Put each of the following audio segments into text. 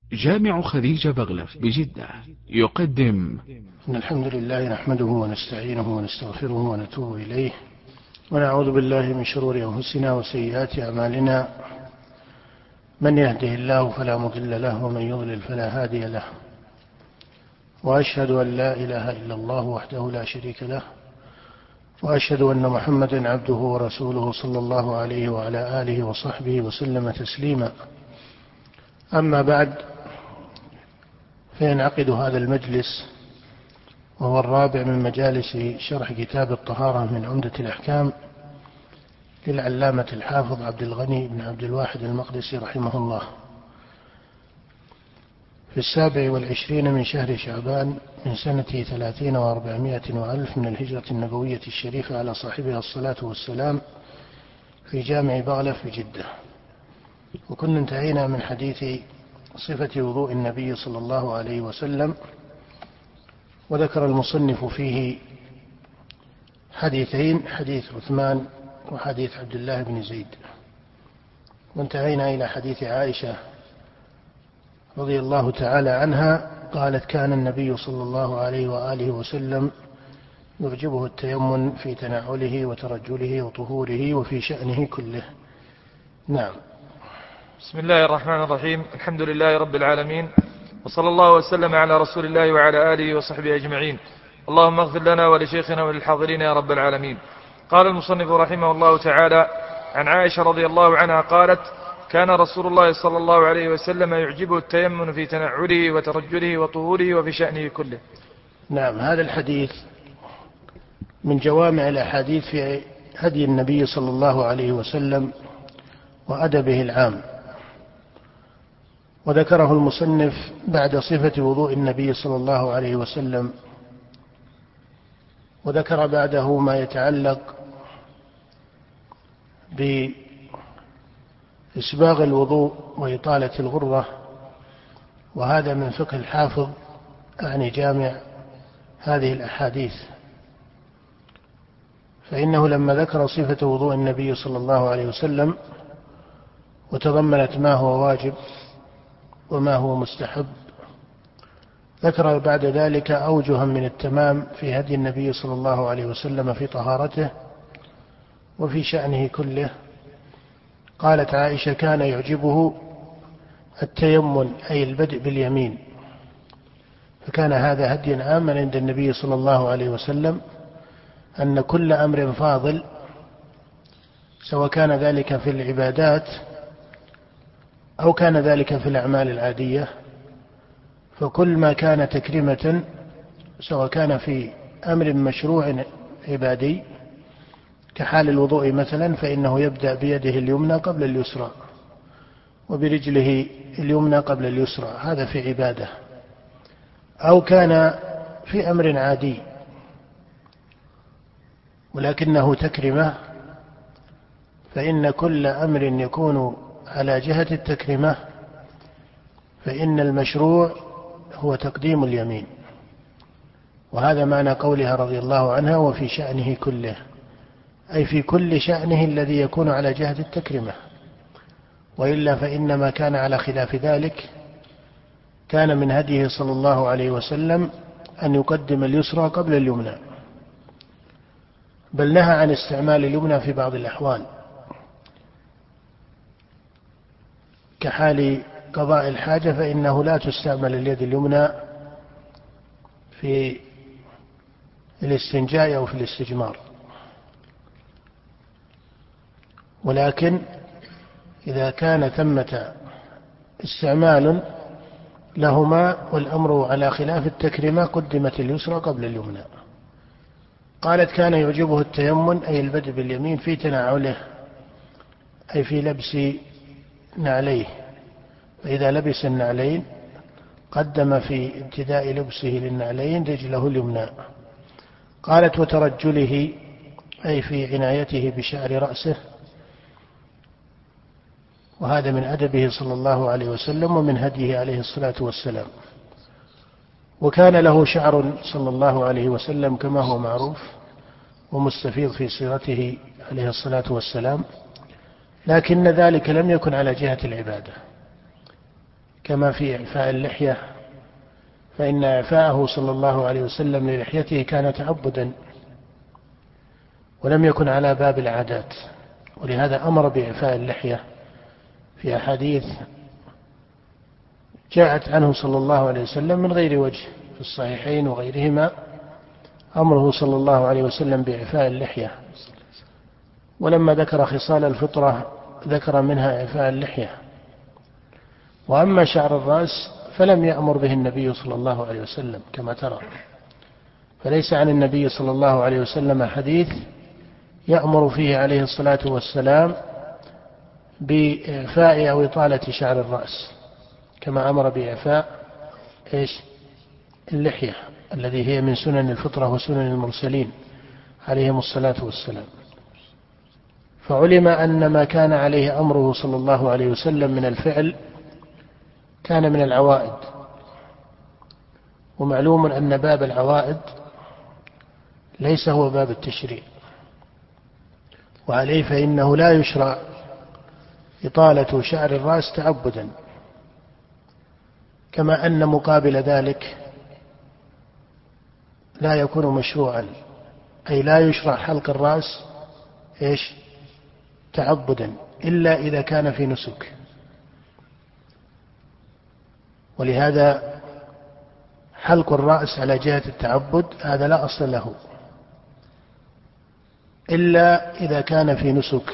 جامع خديجة بغلف بجدة يقدم. إن الحمد لله نحمده ونستعينه ونستغفره ونتوب إليه ونعوذ بالله من شرور أنفسنا وسيئات أعمالنا. من يهده الله فلا مضل له ومن يضلل فلا هادي له، وأشهد أن لا إله إلا الله وحده لا شريك له، وأشهد أن محمدا عبده ورسوله صلى الله عليه وعلى آله وصحبه وسلم تسليما. أما بعد، فينعقد هذا المجلس وهو الرابع من مجالس شرح كتاب الطهارة من عمدة الأحكام للعلامة الحافظ عبد الغني بن عبد الواحد المقدسي رحمه الله، في 27 من شهر شعبان من سنة 30 و400 وألف من الهجرة النبوية الشريفة على صاحبها الصلاة والسلام، في جامع بغلف بجدة. وكنا انتهينا من حديث صفة وضوء النبي صلى الله عليه وسلم، وذكر المصنف فيه حديثين، حديث عثمان وحديث عبد الله بن زيد. وانتهينا إلى حديث عائشة رضي الله تعالى عنها قالت: كان النبي صلى الله عليه وآله وسلم يعجبه التيمم في تنعله وترجله وطهوره وفي شأنه كله. نعم. بسم الله الرحمن الرحيم. الحمد لله رب العالمين، وصلى الله وسلم على رسول الله وعلى آله وصحبه أجمعين. اللهم اغفر لنا ولشيخنا وللحاضرين يا رب العالمين. قال المصنف رحمه الله تعالى: عن عائشة رضي الله عنها قالت: كان رسول الله صلى الله عليه وسلم يعجبه التيمم في تنعله وترجله وطهوره وفي شأنه كله. نعم، هذا الحديث من جوامع الأحاديث في هدي النبي صلى الله عليه وسلم وأدبه العام، وذكره المصنف بعد صفة وضوء النبي صلى الله عليه وسلم، وذكر بعده ما يتعلق بإسباغ الوضوء وإطالة الغرة، وهذا من فقه الحافظ يعني جامع هذه الأحاديث، فإنه لما ذكر صفة وضوء النبي صلى الله عليه وسلم وتضمنت ما هو واجب وما هو مستحب، ذكر بعد ذلك أوجها من التمام في هدي النبي صلى الله عليه وسلم في طهارته وفي شأنه كله. قالت عائشة: كان يعجبه التيمم أي البدء باليمين، فكان هذا هديا عاما عند النبي صلى الله عليه وسلم، أن كل أمر فاضل سواء كان ذلك في العبادات أو كان ذلك في الأعمال العادية، فكل ما كان تكريمة سواء كان في أمر مشروع عبادي كحال الوضوء مثلا، فإنه يبدأ بيده اليمنى قبل اليسرى وبرجله اليمنى قبل اليسرى، هذا في عبادة. أو كان في أمر عادي ولكنه تكرمة، فإن كل أمر يكون على جهة التكرمة فإن المشروع هو تقديم اليمين، وهذا معنى قولها رضي الله عنها: وفي شأنه كله، أي في كل شأنه الذي يكون على جهة التكرمة، وإلا فإنما كان على خلاف ذلك. كان من هديه صلى الله عليه وسلم أن يقدم اليسرى قبل اليمنى، بل نهى عن استعمال اليمنى في بعض الأحوال كحال قضاء الحاجة، فإنه لا تستعمل اليد اليمنى في الاستنجاء أو في الاستجمار، ولكن إذا كان ثمة استعمال لهما والأمر على خلاف التكريمة قدمت اليسرى قبل اليمنى. قالت: كان يعجبه التيمم أي البدء باليمين في تنعله، أي في لبس نعليه، فإذا لبس النعلين قدم في ابتداء لبسه للنعلين رجله اليمنى. قالت: وترجله أي في عنايته بشعر رأسه، وهذا من أدبه صلى الله عليه وسلم ومن هديه عليه الصلاة والسلام. وكان له شعر صلى الله عليه وسلم كما هو معروف ومستفيض في سيرته عليه الصلاة والسلام، لكن ذلك لم يكن على جهة العبادة، كما في إعفاء اللحية، فإن إعفاءه صلى الله عليه وسلم للحيته كان تعبدا ولم يكن على باب العادات، ولهذا أمر بإعفاء اللحية في أحاديث جاءت عنه صلى الله عليه وسلم من غير وجه في الصحيحين وغيرهما، أمره صلى الله عليه وسلم بإعفاء اللحية. ولما ذكر خصال الفطرة ذكر منها إعفاء اللحية. وأما شعر الرأس فلم يأمر به النبي صلى الله عليه وسلم كما ترى، فليس عن النبي صلى الله عليه وسلم حديث يأمر فيه عليه الصلاة والسلام بإعفاء أو إطالة شعر الرأس كما أمر بإعفاء اللحية الذي هي من سنن الفطرة وسنن المرسلين عليهم الصلاة والسلام. فعلم أن ما كان عليه أمره صلى الله عليه وسلم من الفعل كان من العوائد، ومعلوم أن باب العوائد ليس هو باب التشريع، وعليه فإنه لا يشرع إطالة شعر الرأس تعبدا، كما أن مقابل ذلك لا يكون مشروعا، أي لا يشرع حلق الرأس تعبدا إلا إذا كان في نسك. ولهذا حلق الرأس على جهة التعبد هذا لا أصل له إلا إذا كان في نسك،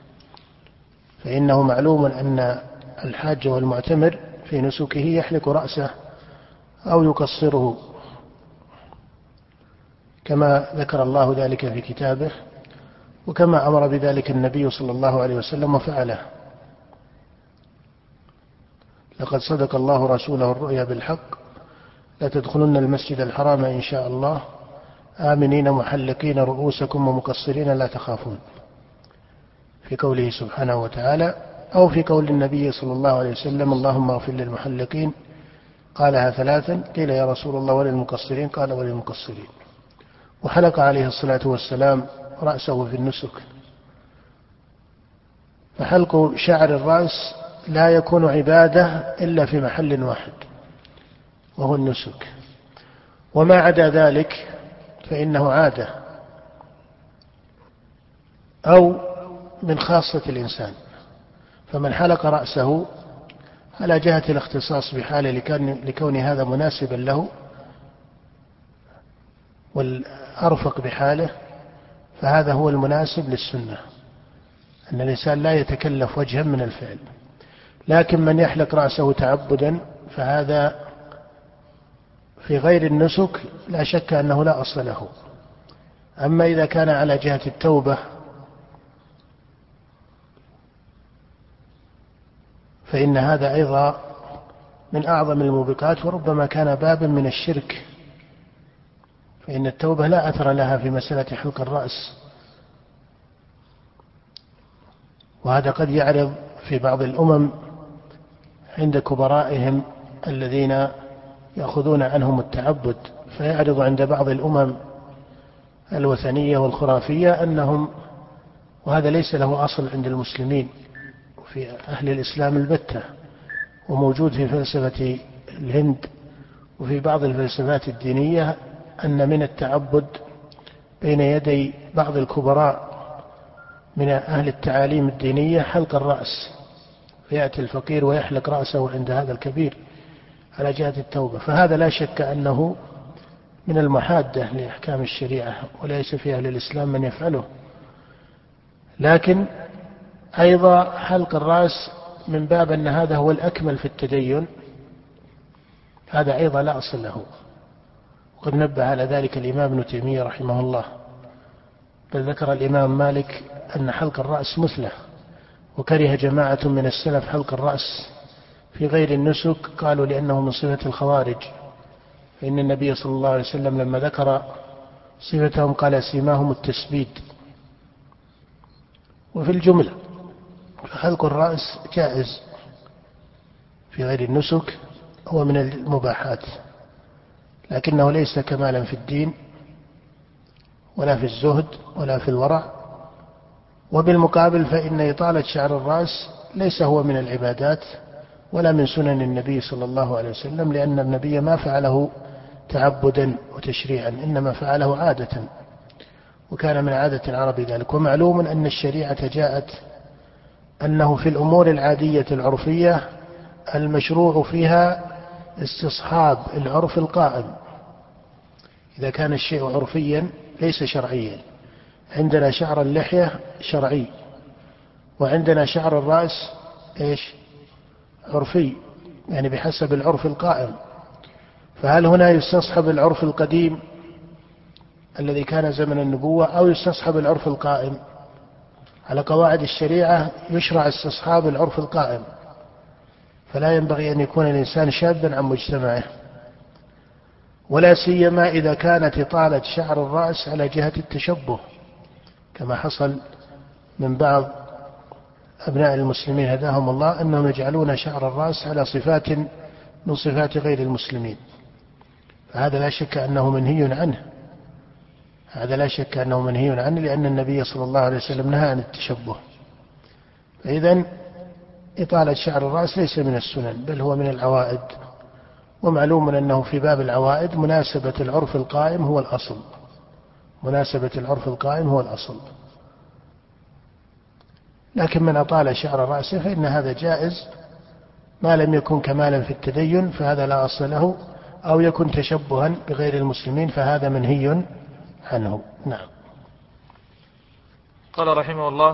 فإنه معلوم أن الحاج والمعتمر في نسكه يحلق رأسه أو يقصره كما ذكر الله ذلك في كتابه، وكما أمر بذلك النبي صلى الله عليه وسلم وفعله. لقد صدق الله رسوله الرؤيا بالحق لتدخلن المسجد الحرام إن شاء الله آمنين محلقين رؤوسكم ومقصرين لا تخافون، في قوله سبحانه وتعالى، أو في قول النبي صلى الله عليه وسلم اللهم اغفر للمحلقين، قالها 3، قيل يا رسول الله وللمقصرين؟ قال وللمقصرين. وحلق عليه الصلاة والسلام رأسه في النسك. فحلق شعر الرأس لا يكون عبادة إلا في محل واحد وهو النسك، وما عدا ذلك فإنه عادة أو من خاصة الإنسان. فمن حلق رأسه على جهة الاختصاص بحاله لكون هذا مناسبا له والأرفق بحاله، فهذا هو المناسب للسنة، أن الإنسان لا يتكلف وجها من الفعل. لكن من يحلق رأسه تعبدا فهذا في غير النسك لا شك أنه لا أصل له. أما إذا كان على جهة التوبة فإن هذا أيضا من أعظم الموبقات، وربما كان بابا من الشرك، فإن التوبة لا أثر لها في مسألة حلق الرأس. وهذا قد يعرض في بعض الأمم عند كبرائهم الذين يأخذون عنهم التعبد، فيعرض عند بعض الأمم الوثنية والخرافية أنهم، وهذا ليس له أصل عند المسلمين وفي أهل الإسلام البتة، وموجود في فلسفة الهند وفي بعض الفلسفات الدينية، أن من التعبد بين يدي بعض الكبراء من أهل التعاليم الدينية حلق الرأس، فيأتي الفقير ويحلق رأسه عند هذا الكبير على جهة التوبة. فهذا لا شك أنه من المحادة لأحكام الشريعة، وليس في أهل الإسلام من يفعله. لكن أيضا حلق الرأس من باب أن هذا هو الأكمل في التدين، هذا أيضا لا أصل له. وقد نبه على ذلك الإمام ابن تيمية رحمه الله، بل ذكر الإمام مالك أن حلق الرأس مثله، وكره جماعة من السلف حلق الرأس في غير النسك، قالوا لأنه من صفة الخوارج، فإن النبي صلى الله عليه وسلم لما ذكر صفتهم قال سيماهم التسبيد. وفي الجملة حلق الرأس جائز في غير النسك، هو من المباحات، لكنه ليس كمالا في الدين ولا في الزهد ولا في الورع. وبالمقابل فإن إطالة شعر الرأس ليس هو من العبادات، ولا من سنن النبي صلى الله عليه وسلم، لأن النبي ما فعله تعبدا وتشريعا، إنما فعله عادة، وكان من عادة العرب ذلك. ومعلوم أن الشريعة جاءت أنه في الأمور العادية العرفية المشروع فيها استصحاب العرف القائم. إذا كان الشيء عرفيا ليس شرعيا، عندنا شعر اللحية شرعي، وعندنا شعر الرأس إيش؟ عرفي، يعني بحسب العرف القائم. فهل هنا يستصحب العرف القديم الذي كان زمن النبوة، أو يستصحب العرف القائم؟ على قواعد الشريعة يشرع استصحاب العرف القائم، فلا ينبغي أن يكون الإنسان شاذا عن مجتمعه، ولا سيما إذا كانت إطالة شعر الرأس على جهة التشبه، كما حصل من بعض أبناء المسلمين هداهم الله، أنهم يجعلون شعر الرأس على صفات من صفات غير المسلمين. فهذا لا شك أنه منهي عنه، هذا لا شك أنه منهي عنه، لأن النبي صلى الله عليه وسلم نهى عن التشبه. فإذن إطالة شعر الرأس ليس من السنن، بل هو من العوائد، ومعلوم أنه في باب العوائد مناسبة العرف القائم هو الأصل، مناسبة العرف القائم هو الأصل. لكن من أطال شعر رأسه فإن هذا جائز، ما لم يكن كمالا في التدين فهذا لا أصل له، أو يكن تشبها بغير المسلمين فهذا منهي عنه. نعم. قال رحمه الله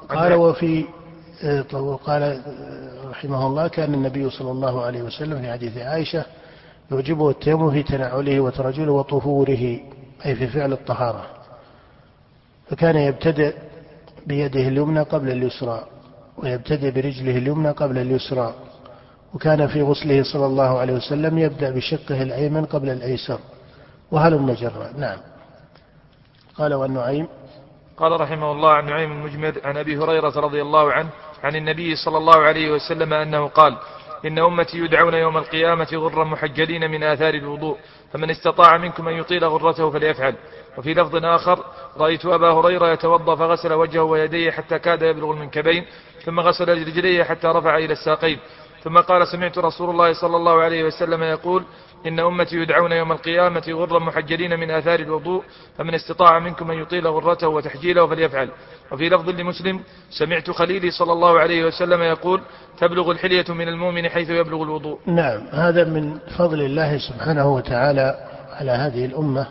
قال رحمه الله: كان النبي صلى الله عليه وسلم في حديث عائشة يعجبه التيمم في تنعله وترجله وطهوره، أي في فعل الطهارة، فكان يبتدئ بيده اليمنى قبل اليسرى، ويبتدئ برجله اليمنى قبل اليسرى، وكان في غسله صلى الله عليه وسلم يبدأ بشقه الأيمن قبل الأيسر، وهلم جرا. نعم. قال: والنعيم. قال رحمه الله: عن نعيم المجمر عن أبي هريرة رضي الله عنه عن النبي صلى الله عليه وسلم أنه قال: إن أمتي يدعون يوم القيامة غرا محجلين من آثار الوضوء، فمن استطاع منكم أن يطيل غرته فليفعل. وفي لفظ آخر: رأيت أبا هريرة يتوضأ فغسل وجهه ويديه حتى كاد يبلغ المنكبين، ثم غسل رجليه حتى رفع إلى الساقين، ثم قال: سمعت رسول الله صلى الله عليه وسلم يقول: إن أمتي يدعون يوم القيامة غرا محجلين من آثار الوضوء، فمن استطاع منكم أن يطيل غرته وتحجيله فليفعل. وفي لفظ لمسلم: سمعت خليلي صلى الله عليه وسلم يقول: تبلغ الحلية من المؤمن حيث يبلغ الوضوء. نعم. هذا من فضل الله سبحانه وتعالى على هذه الأمة،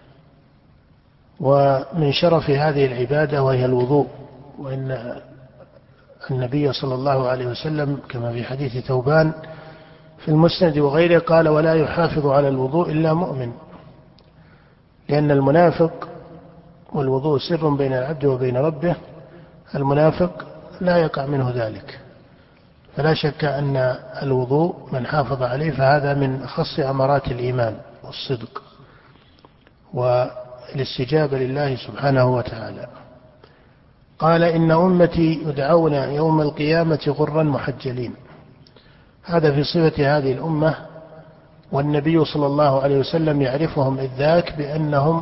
ومن شرف هذه العبادة وهي الوضوء. وإن النبي صلى الله عليه وسلم كما في حديث ثوبان في المسند وغيره قال: ولا يحافظ على الوضوء إلا مؤمن، لأن المنافق، والوضوء سر بين العبد وبين ربه، المنافق لا يقع منه ذلك. فلا شك أن الوضوء من حافظ عليه فهذا من أخص أمارات الإيمان والصدق والاستجابة لله سبحانه وتعالى. قال: إن أمتي يدعون يوم القيامة غرا محجلين، هذا في صفة هذه الأمة، والنبي صلى الله عليه وسلم يعرفهم إذ ذاك بأنهم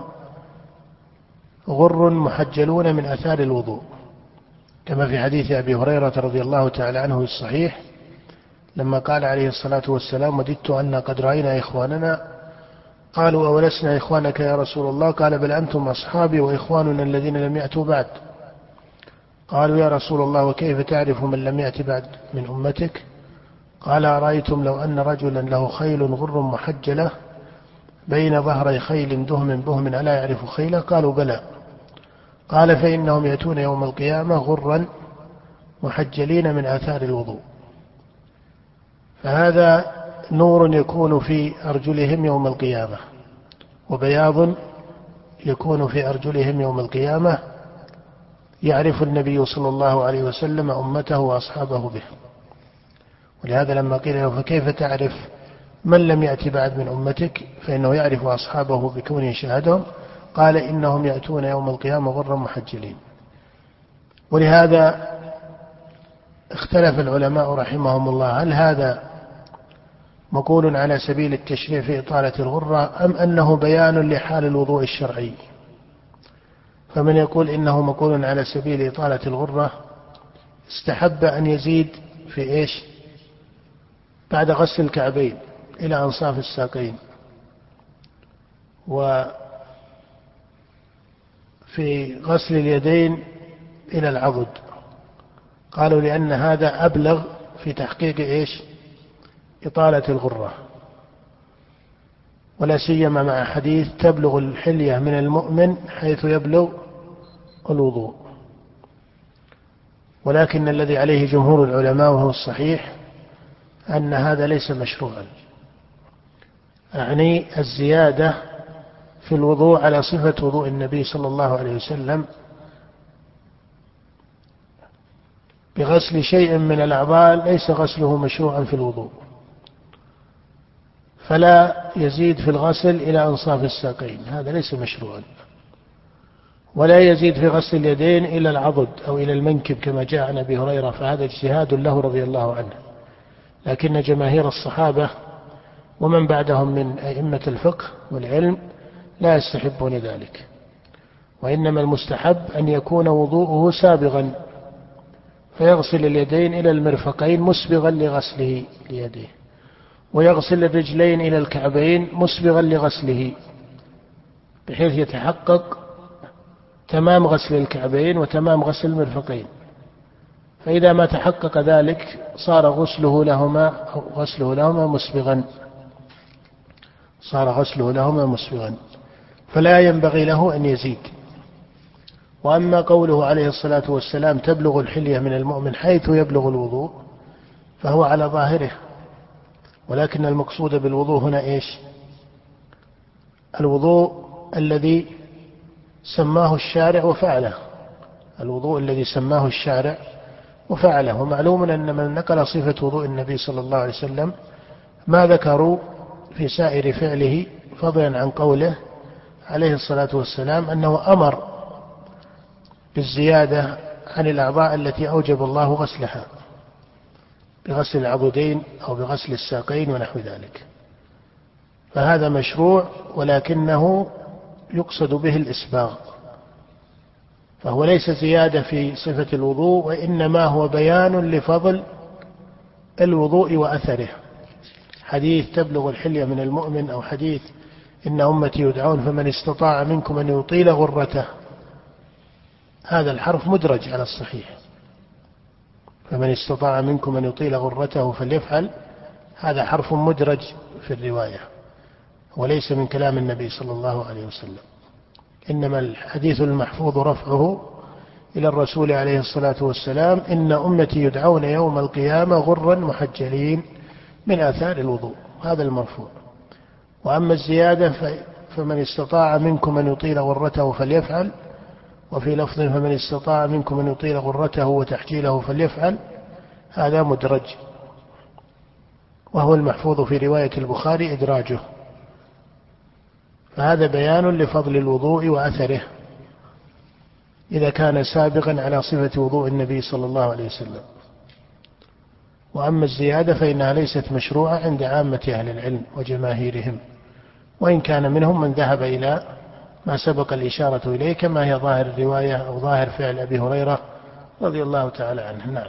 غر محجلون من أثار الوضوء، كما في حديث أبي هريرة رضي الله تعالى عنه الصحيح لما قال عليه الصلاة والسلام: وددت أن قد رأينا إخواننا. قالوا: أولسنا إخوانك يا رسول الله؟ قال: بل أنتم أصحابي وإخواننا الذين لم يأتوا بعد. قالوا: يا رسول الله وكيف تعرف من لم يأت بعد من أمتك؟ قال: أرأيتم لو أن رجلا له خيل غر محجلة بين ظهري خيل دهم بهم ألا يعرف خيله؟ قالوا: بلى. قال: فإنهم يأتون يوم القيامة غرا محجلين من آثار الوضوء. فهذا نور يكون في أرجلهم يوم القيامة، وبياض يكون في أرجلهم يوم القيامة، يعرف النبي صلى الله عليه وسلم أمته وأصحابه به. ولهذا لما قيل له: فكيف تعرف من لم يأتي بعد من أمتك؟ فإنه يعرف أصحابه بكونه شاهدهم. قال: إنهم يأتون يوم القيامة غرا محجلين. ولهذا اختلف العلماء رحمهم الله: هل هذا مقول على سبيل التشريع في إطالة الغرة، أم أنه بيان لحال الوضوء الشرعي؟ فمن يقول إنه مقول على سبيل إطالة الغرة استحب أن يزيد في إيش؟ بعد غسل الكعبين إلى أنصاف الساقين، وفي غسل اليدين إلى العضد، قالوا لأن هذا أبلغ في تحقيق إطالة الغرة، ولا سيما مع حديث تبلغ الحلية من المؤمن حيث يبلغ الوضوء. ولكن الذي عليه جمهور العلماء وهو الصحيح أن هذا ليس مشروعا، أعني الزيادة في الوضوء على صفة وضوء النبي صلى الله عليه وسلم بغسل شيء من الأعضاء ليس غسله مشروعا في الوضوء، فلا يزيد في الغسل إلى أنصاف الساقين، هذا ليس مشروعا. ولا يزيد في غسل اليدين إلى العضد أو إلى المنكب كما جاء عن أبي هريرة، فهذا اجتهاد له رضي الله عنه، لكن جماهير الصحابة ومن بعدهم من أئمة الفقه والعلم لا يستحبون ذلك، وإنما المستحب أن يكون وضوءه سابغا، فيغسل اليدين إلى المرفقين مسبغا لغسله ليديه، ويغسل الرجلين إلى الكعبين مسبغا لغسله، بحيث يتحقق تمام غسل الكعبين وتمام غسل المرفقين. فإذا ما تحقق ذلك صار غسله لهما مسبغا، فلا ينبغي له أن يزيد. وأما قوله عليه الصلاة والسلام تبلغ الحلية من المؤمن حيث يبلغ الوضوء، فهو على ظاهره، ولكن المقصود بالوضوء هنا الوضوء الذي سماه الشارع وفعله، ومعلوم أن من نقل صفة وضوء النبي صلى الله عليه وسلم ما ذكروا في سائر فعله، فضلا عن قوله عليه الصلاة والسلام أنه أمر بالزيادة عن الأعضاء التي أوجب الله غسلها بغسل العضدين أو بغسل الساقين ونحو ذلك، فهذا مشروع، ولكنه يقصد به الإسباغ، فهو ليس زيادة في صفة الوضوء، وإنما هو بيان لفضل الوضوء وأثره. حديث تبلغ الحلية من المؤمن، أو حديث إن أمتي يدعون فمن استطاع منكم أن يطيل غرته، هذا الحرف مدرج على الصحيح، فمن استطاع منكم أن يطيل غرته فليفعل، هذا حرف مدرج في الرواية وليس من كلام النبي صلى الله عليه وسلم، إنما الحديث المحفوظ رفعه إلى الرسول عليه الصلاة والسلام: إن أمتي يدعون يوم القيامة غرا محجلين من آثار الوضوء، هذا المرفوع. وأما الزيادة فمن استطاع منكم أن يطيل غرته فليفعل، وفي لفظ فمن استطاع منكم أن يطيل غرته وتحجيله فليفعل، هذا مدرج، وهو المحفوظ في رواية البخاري إدراجه، فهذا بيان لفضل الوضوء وأثره إذا كان سابقا على صفة وضوء النبي صلى الله عليه وسلم. وأما الزيادة فإنها ليست مشروعة عند عامة أهل العلم وجماهيرهم، وإن كان منهم من ذهب إلى ما سبق الإشارة إليه كما هي ظاهر الرواية أو ظاهر فعل أبي هريرة رضي الله تعالى عنه. نعم.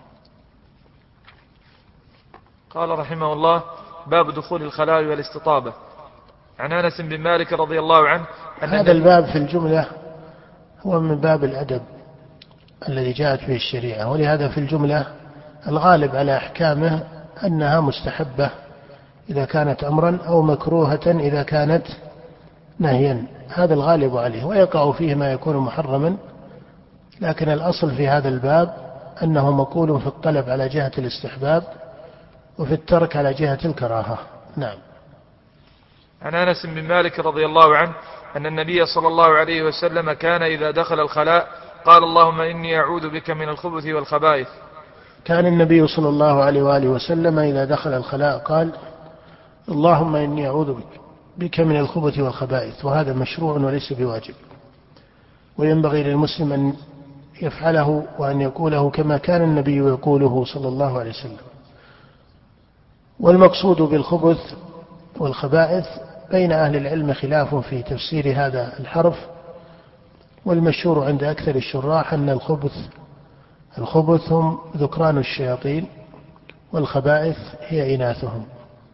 قال رحمه الله: باب دخول الخلاء والاستطابة. عن أنس بن مالك رضي الله عنه هذا الباب في الجملة هو من باب الأدب الذي جاءت به الشريعة، ولهذا في الجملة الغالب على أحكامه أنها مستحبة إذا كانت أمرا، أو مكروهة إذا كانت نهيا، هذا الغالب عليه، ويقع فيه ما يكون محرما، لكن الأصل في هذا الباب أنه مقول في الطلب على جهة الاستحباب، وفي الترك على جهة الكراهة. نعم. عن أنس بن مالك رضي الله عنه أن النبي صلى الله عليه وسلم كان إذا دخل الخلاء قال: اللهم إني أعوذ بك من الخبث والخبائث. كان النبي صلى الله عليه وآله وسلم إذا دخل الخلاء قال: اللهم إني أعوذ بك من الخبث والخبائث، وهذا مشروع وليس بواجب، وينبغي للمسلم أن يفعله وأن يقوله كما كان النبي يقوله صلى الله عليه وسلم. والمقصود بالخبث والخبائث بين أهل العلم خلاف في تفسير هذا الحرف، والمشهور عند أكثر الشراح أن الخبث هم ذكران الشياطين، والخبائث هي إناثهم.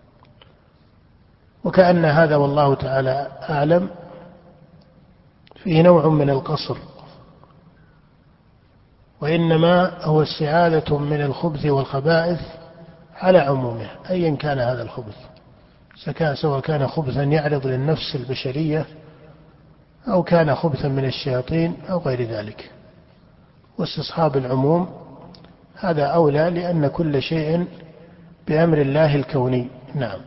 وكأن هذا والله تعالى أعلم فيه نوع من القصر، وإنما هو استعاذة من الخبث والخبائث على عمومه أيا كان هذا الخبث، سواء كان خبثا يعرض للنفس البشرية أو كان خبثا من الشياطين أو غير ذلك. واستصحاب العموم هذا أولى، لأن كل شيء بأمر الله الكوني. نعم.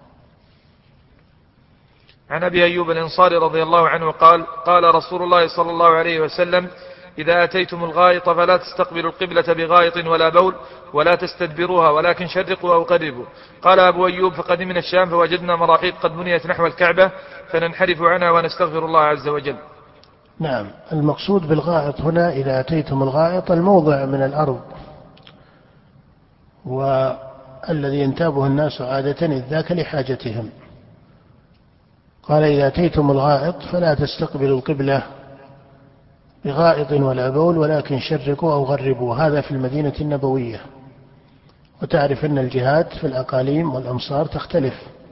عن أبي أيوب الأنصاري رضي الله عنه قال: قال رسول الله صلى الله عليه وسلم: إذا أتيتم الغائط فلا تستقبلوا القبلة بغائط ولا بول ولا تستدبروها ولكن شرقوا أو قربوا. قال أبو أيوب: فقدمنا الشام فوجدنا مراحيض قد بنيت نحو الكعبة فننحرف عنها ونستغفر الله عز وجل. نعم. المقصود بالغائط هنا إذا أتيتم الغائط الموضع من الأرض والذي ينتابه الناس عادة إذ ذاك لحاجتهم. قال: إذا أتيتم الغائط فلا تستقبلوا القبلة بغائط ولا بول ولكن شرقوا أو غربوا. هذا في المدينة النبوية، وتعرف أن الجهات في الأقاليم والأمصار تختلف.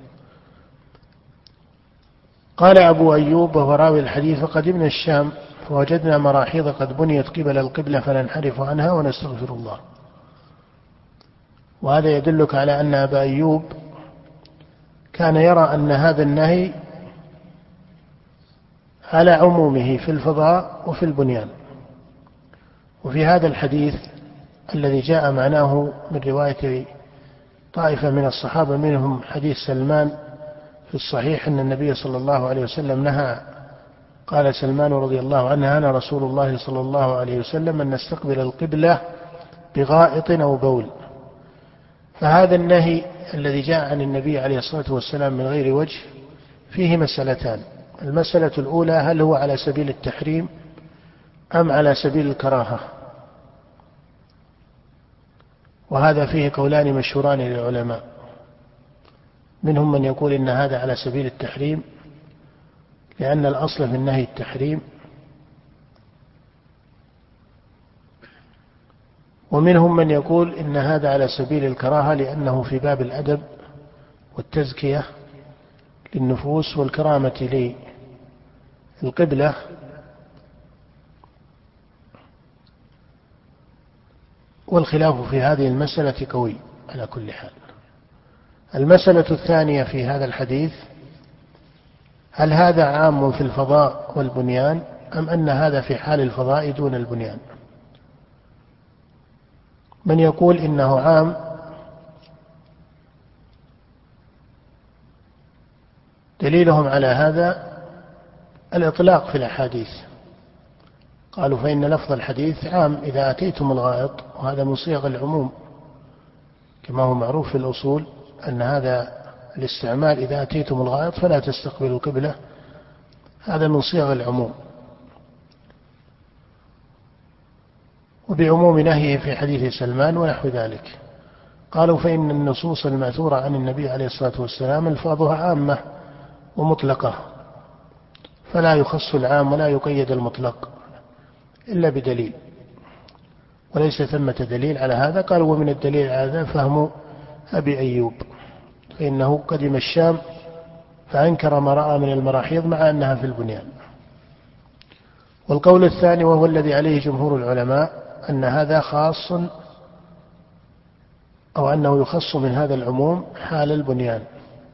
قال أبو أيوب وهو راوي الحديث: فقدمنا الشام فوجدنا مراحيض قد بنيت قبل القبلة فننحرف عنها ونستغفر الله. وهذا يدلك على أن أبا أيوب كان يرى أن هذا النهي على عمومه في الفضاء وفي البنيان. وفي هذا الحديث الذي جاء معناه من رواية طائفة من الصحابة منهم حديث سلمان في الصحيح أن النبي صلى الله عليه وسلم نهى. قال سلمان رضي الله عنه: نهانا رسول الله صلى الله عليه وسلم أن نستقبل القبلة بغائط أو بول. فهذا النهي الذي جاء عن النبي عليه الصلاة والسلام من غير وجه فيه مسألتان. المسألة الأولى: هل هو على سبيل التحريم أم على سبيل الكراهة؟ وهذا فيه قولان مشهوران للعلماء، منهم من يقول إن هذا على سبيل التحريم لأن الأصل في النهي التحريم، ومنهم من يقول إن هذا على سبيل الكراهة لأنه في باب الأدب والتزكية للنفوس والكرامة للقبلة. والخلاف في هذه المسألة قوي على كل حال. المسألة الثانية في هذا الحديث: هل هذا عام في الفضاء والبنيان أم أن هذا في حال الفضاء دون البنيان؟ من يقول إنه عام دليلهم على هذا الإطلاق في الأحاديث. قالوا: فإن لفظ الحديث عام إذا أتيتم الغائط، وهذا من صيغ العموم كما هو معروف في الأصول أن هذا الاستعمال إذا أتيتم الغائط فلا تستقبلوا القبلة، هذا من صيغ العموم، وبعموم نهيه في حديث سلمان ونحو ذلك. قالوا: فإن النصوص المأثورة عن النبي عليه الصلاة والسلام ألفاظها عامة ومطلقة، فلا يخص العام ولا يقيد المطلق إلا بدليل، وليس ثمة دليل على هذا. قالوا: ومن الدليل على هذا فهم أبي أيوب، فإنه قدم الشام فأنكر ما رأى من المراحيض مع أنها في البنيان. والقول الثاني وهو الذي عليه جمهور العلماء أن هذا خاص أو أنه يخص من هذا العموم حال البنيان.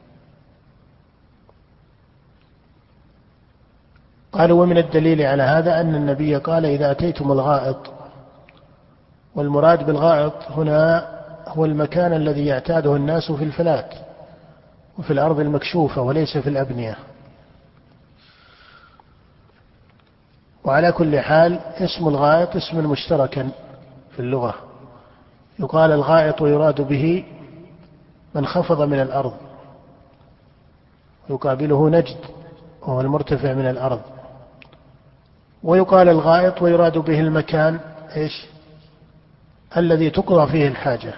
قالوا: ومن الدليل على هذا أن النبي قال: إذا أتيتم الغائط، والمراد بالغائط هنا هو المكان الذي يعتاده الناس في الفلات وفي الأرض المكشوفة وليس في الأبنية. وعلى كل حال اسم الغائط اسم مشتركا في اللغة، يقال الغائط ويراد به من خفض من الأرض، ويقابله نجد وهو المرتفع من الأرض، ويقال الغائط ويراد به المكان الذي تقضى فيه الحاجة.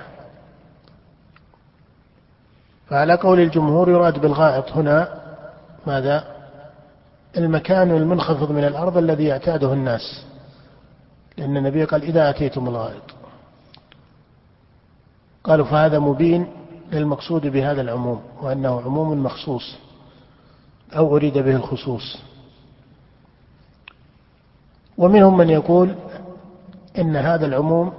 فعلى قول الجمهور يراد بالغائط هنا ماذا؟ المكان المنخفض من الأرض الذي يعتاده الناس، لأن النبي قال: إذا أتيتم الغائط. قالوا فهذا مبين للمقصود بهذا العموم، وأنه عموم مخصوص أو أريد به الخصوص. ومنهم من يقول إن هذا العموم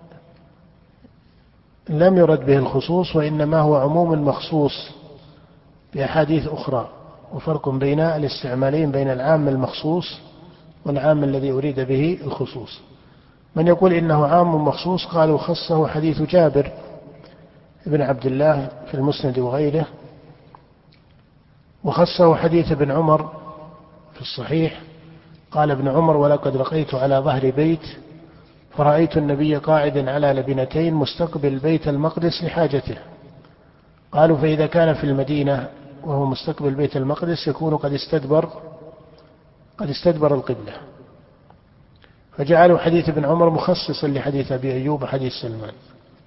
لم يرد به الخصوص، وإنما هو عموم مخصوص بأحاديث أخرى، وفرق بين الاستعمالين بين العام المخصوص والعام الذي أريد به الخصوص. من يقول إنه عام مخصوص قالوا خصه حديث جابر بن عبد الله في المسند وغيره، وخصه حديث ابن عمر في الصحيح، قال ابن عمر: ولقد رقيت على ظهر بيت فرأيت النبي قاعدا على لبنتين مستقبل بيت المقدس لحاجته. قالوا فإذا كان في المدينة وهو مستقبل بيت المقدس يكون قد استدبر القبلة، فجعلوا حديث ابن عمر مخصصا لحديث أبي أيوب وحديث سلمان.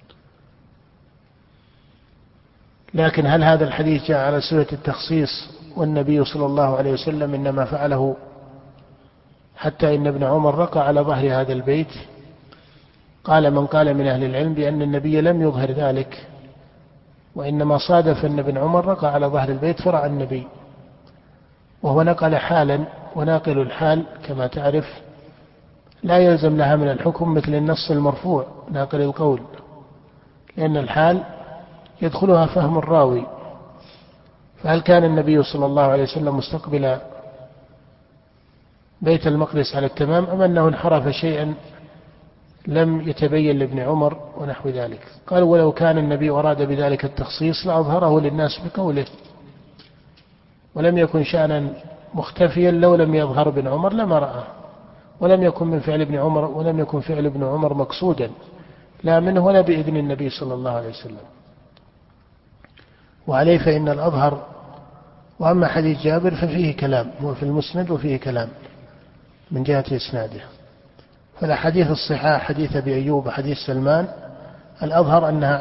لكن هل هذا الحديث جاء على سورة التخصيص، والنبي صلى الله عليه وسلم إنما فعله حتى إن ابن عمر رقى على ظهر هذا البيت؟ قال من قال من أهل العلم بأن النبي لم يظهر ذلك، وإنما صادف أن ابن عمر رقى على ظهر البيت فرأى النبي، وهو نقل حالا، وناقل الحال كما تعرف لا يلزم لها من الحكم مثل النص المرفوع ناقل القول، لأن الحال يدخلها فهم الراوي. فهل كان النبي صلى الله عليه وسلم مستقبل بيت المقدس على التمام، أم أنه انحرف شيئا لم يتبين لابن عمر ونحو ذلك؟ قالوا ولو كان النبي أراد بذلك التخصيص لأظهره للناس بقوله، ولم يكن شأنا مختفيا لو لم يظهر ابن عمر لما رأى، ولم يكن من فعل ابن عمر، ولم يكن فعل ابن عمر مقصودا لا منه ولا بإذن النبي صلى الله عليه وسلم. وعليه فإن الأظهر. وأما حديث جابر ففيه كلام، هو في المسند وفيه كلام من جهة إسناده. فالأحاديث الصحاح حديث أبي أيوب وحديث سلمان الأظهر أنها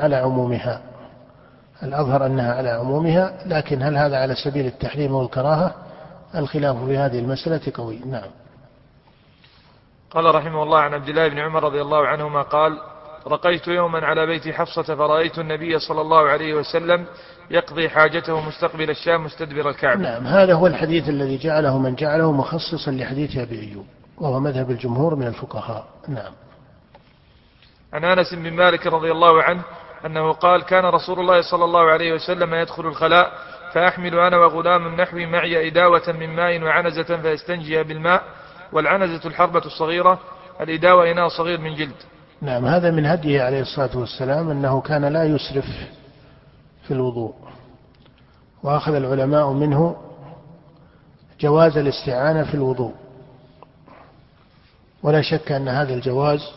على عمومها، لكن هل هذا على سبيل التحريم والكراهة؟ الخلاف في هذه المسألة قوي. نعم. قال رحمه الله عن عبد الله بن عمر رضي الله عنهما قال: رقيت يوما على بيت حفصة فرأيت النبي صلى الله عليه وسلم يقضي حاجته مستقبل الشام مستدبر الكعبة. نعم، هذا هو الحديث الذي جعله من جعله مخصصا لحديث أبي أيوب، وهو مذهب الجمهور من الفقهاء. نعم. عن أنس بن مالك رضي الله عنه أنه قال: كان رسول الله صلى الله عليه وسلم يدخل الخلاء فأحمل أنا وغلام نحوي معي إداوة من ماء وعنزة فيستنجي بالماء، والعنزة الحربة الصغيرة، الإداوة إناء صغير من جلد. نعم، هذا من هديه عليه الصلاة والسلام أنه كان لا يسرف في الوضوء، وأخذ العلماء منه جواز الاستعانة في الوضوء، ولا شك أن هذا الجواز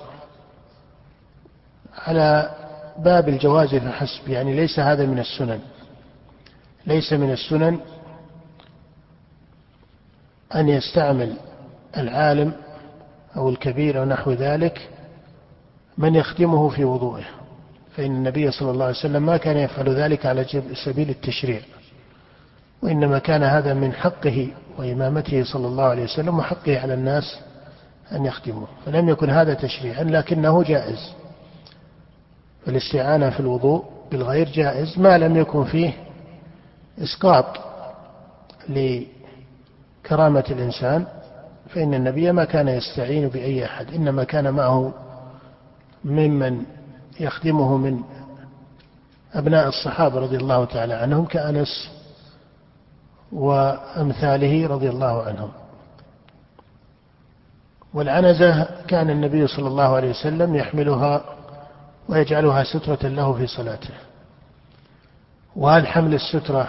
على باب الجواز فحسب، يعني ليس هذا من السنن، ليس من السنن أن يستعمل العالم أو الكبير أو نحو ذلك من يخدمه في وضوءه، فإن النبي صلى الله عليه وسلم ما كان يفعل ذلك على سبيل التشريع، وإنما كان هذا من حقه وإمامته صلى الله عليه وسلم وحقه على الناس أن يخدموه، فلم يكن هذا تشريعا لكنه جائز. فالاستعانة في الوضوء بالغير جائز ما لم يكن فيه إسقاط لكرامة الإنسان، فإن النبي ما كان يستعين بأي أحد، إنما كان معه ممن يخدمه من أبناء الصحابة رضي الله تعالى عنهم كأنس وأمثاله رضي الله عنهم. والعنزة كان النبي صلى الله عليه وسلم يحملها ويجعلها سترة له في صلاته. وهل حمل السترة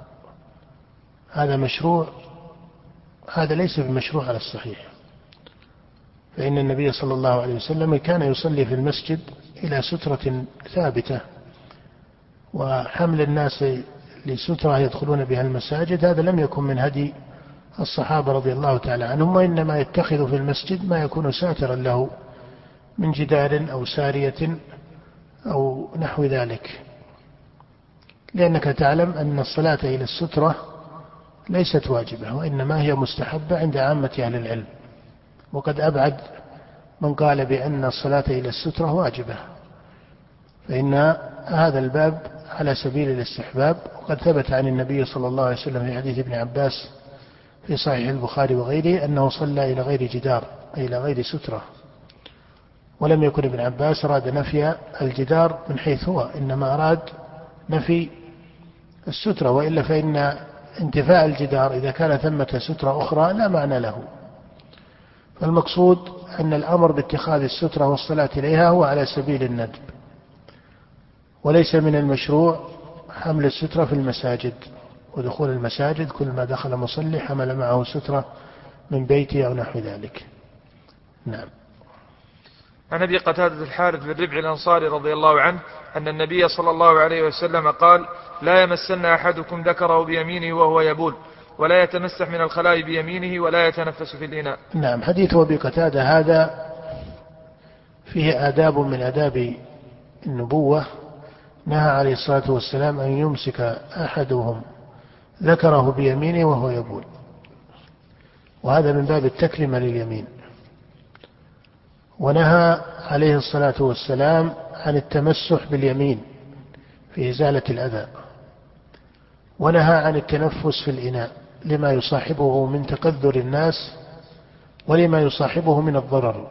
هذا مشروع؟ هذا ليس بمشروع على الصحيح، فإن النبي صلى الله عليه وسلم كان يصلي في المسجد إلى سترة ثابتة، وحمل الناس لسترة يدخلون بها المساجد هذا لم يكن من هدي الصحابة رضي الله تعالى عنهم، وإنما يتخذ في المسجد ما يكون ساترا له من جدار أو سارية أو نحو ذلك، لأنك تعلم أن الصلاة إلى السترة ليست واجبة، وإنما هي مستحبة عند عامة أهل العلم، وقد أبعد من قال بأن الصلاة إلى السترة واجبة، فإن هذا الباب على سبيل الاستحباب، وقد ثبت عن النبي صلى الله عليه وسلم في حديث ابن عباس في صحيح البخاري وغيره أنه صلى إلى غير جدار أي إلى غير سترة، ولم يكن ابن عباس أراد نفي الجدار من حيث هو، إنما أراد نفي السترة، وإلا فإن انتفاء الجدار إذا كان ثمة سترة أخرى لا معنى له. فالمقصود أن الأمر باتخاذ السترة والصلاة إليها هو على سبيل الندب، وليس من المشروع حمل السترة في المساجد ودخول المساجد، كل ما دخل مصلي حمل معه سترة من بيته أو نحو ذلك. نعم. عن أبي قتادة الحارث بن ربع الأنصاري رضي الله عنه أن النبي صلى الله عليه وسلم قال: لا يمسن أحدكم ذكره بيمينه وهو يبول، ولا يتمسح من الخلاء بيمينه، ولا يتنفس في الإناء. نعم. حديث أبي قتادة هذا فيه آداب من آداب النبوة، نهى عليه الصلاة والسلام أن يمسك أحدهم ذكره بيمينه وهو يبول، وهذا من باب التكريم لليمين. ونهى عليه الصلاة والسلام عن التمسح باليمين في إزالة الأذى، ونهى عن التنفس في الإناء لما يصاحبه من تكدر الناس ولما يصاحبه من الضرر،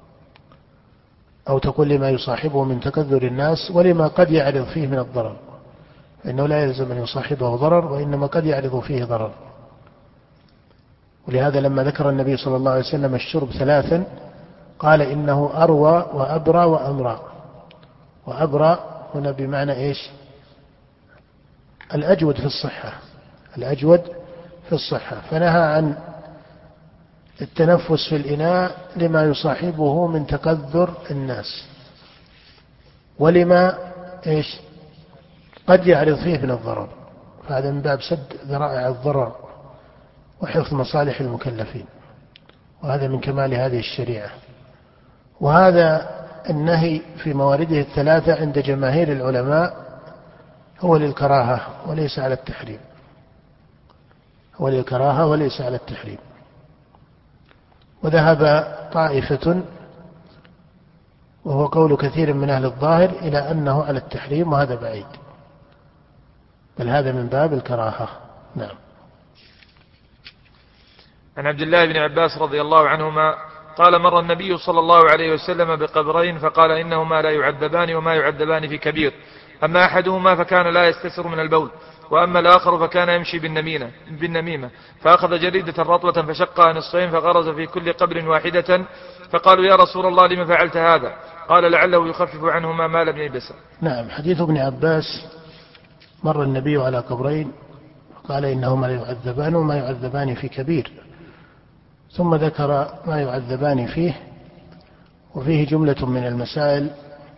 أو تقول لما يصاحبه من تكدر الناس ولما قد يعرض فيه من الضرر، فإنه لا يلزم أن يصاحبه ضرر، وإنما قد يعرض فيه ضرر. ولهذا لما ذكر النبي صلى الله عليه وسلم الشرب ثلاثا قال: إنه أروى وأبرى وأمرى. وأبرى هنا بمعنى إيش؟ الأجود في الصحة، الأجود في الصحة. فنهى عن التنفس في الإناء لما يصاحبه من تكدر الناس ولما إيش؟ قد يعرض فيه من الضرر، فهذا من باب سد ذرائع الضرر وحفظ مصالح المكلفين، وهذا من كمال هذه الشريعة. وهذا النهي في موارده الثلاثة عند جماهير العلماء هو للكراهة وليس على التحريم، هو للكراهة وليس على التحريم. وذهب طائفة وهو قول كثير من أهل الظاهر إلى أنه على التحريم، وهذا بعيد، بل هذا من باب الكراهة. نعم. عن عبد الله بن عباس رضي الله عنهما قال: مر النبي صلى الله عليه وسلم بقبرين فقال: إنهما لا يعذبان وما يعذبان في كبير، أما أحدهما فكان لا يستتر من البول، وأما الآخر فكان يمشي بالنميمة، فأخذ جريدة رطوة فشقها نصفين فغرز في كل قبر واحدة، فقالوا: يا رسول الله لم فعلت هذا؟ قال: لعله يخفف عنهما ما لم يلبس. نعم. حديث ابن عباس: مر النبي على قبرين قال: إنهما لا يعذبان وما يعذبان في كبير، ثم ذكر ما يعذبان فيه، وفيه جملة من المسائل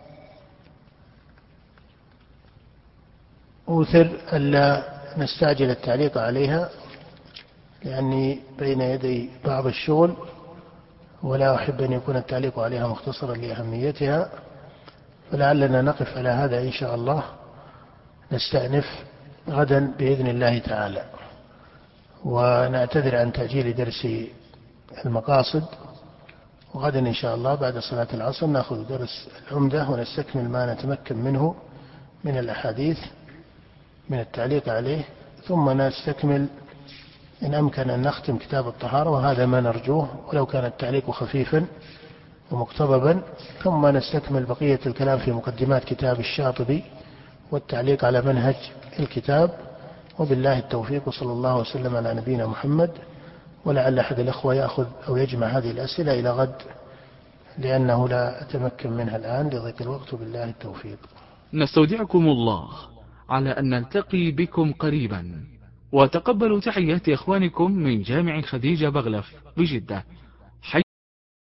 أوثر ألا نستعجل التعليق عليها لأني بين يدي بعض الشغل، ولا أحب أن يكون التعليق عليها مختصرا لأهميتها، فلعلنا نقف على هذا إن شاء الله، نستأنف غدا بإذن الله تعالى. ونعتذر عن تأجيل درس المقاصد، وغدا إن شاء الله بعد صلاة العصر نأخذ درس العمدة ونستكمل ما نتمكن منه من الأحاديث من التعليق عليه، ثم نستكمل إن أمكن أن نختم كتاب الطهارة، وهذا ما نرجوه ولو كان التعليق خفيفا ومقتضبا، ثم نستكمل بقية الكلام في مقدمات كتاب الشاطبي والتعليق على منهج الكتاب. وبالله التوفيق، وصلى الله وسلم على نبينا محمد. ولعل أحد الأخوة يأخذ أو يجمع هذه الأسئلة إلى غد لأنه لا أتمكن منها الآن لضيق الوقت، وبالله التوفيق. نستودعكم الله على أن نلتقي بكم قريبا، وتقبلوا تحيات إخوانكم من جامع خديجة بغلف بجدة.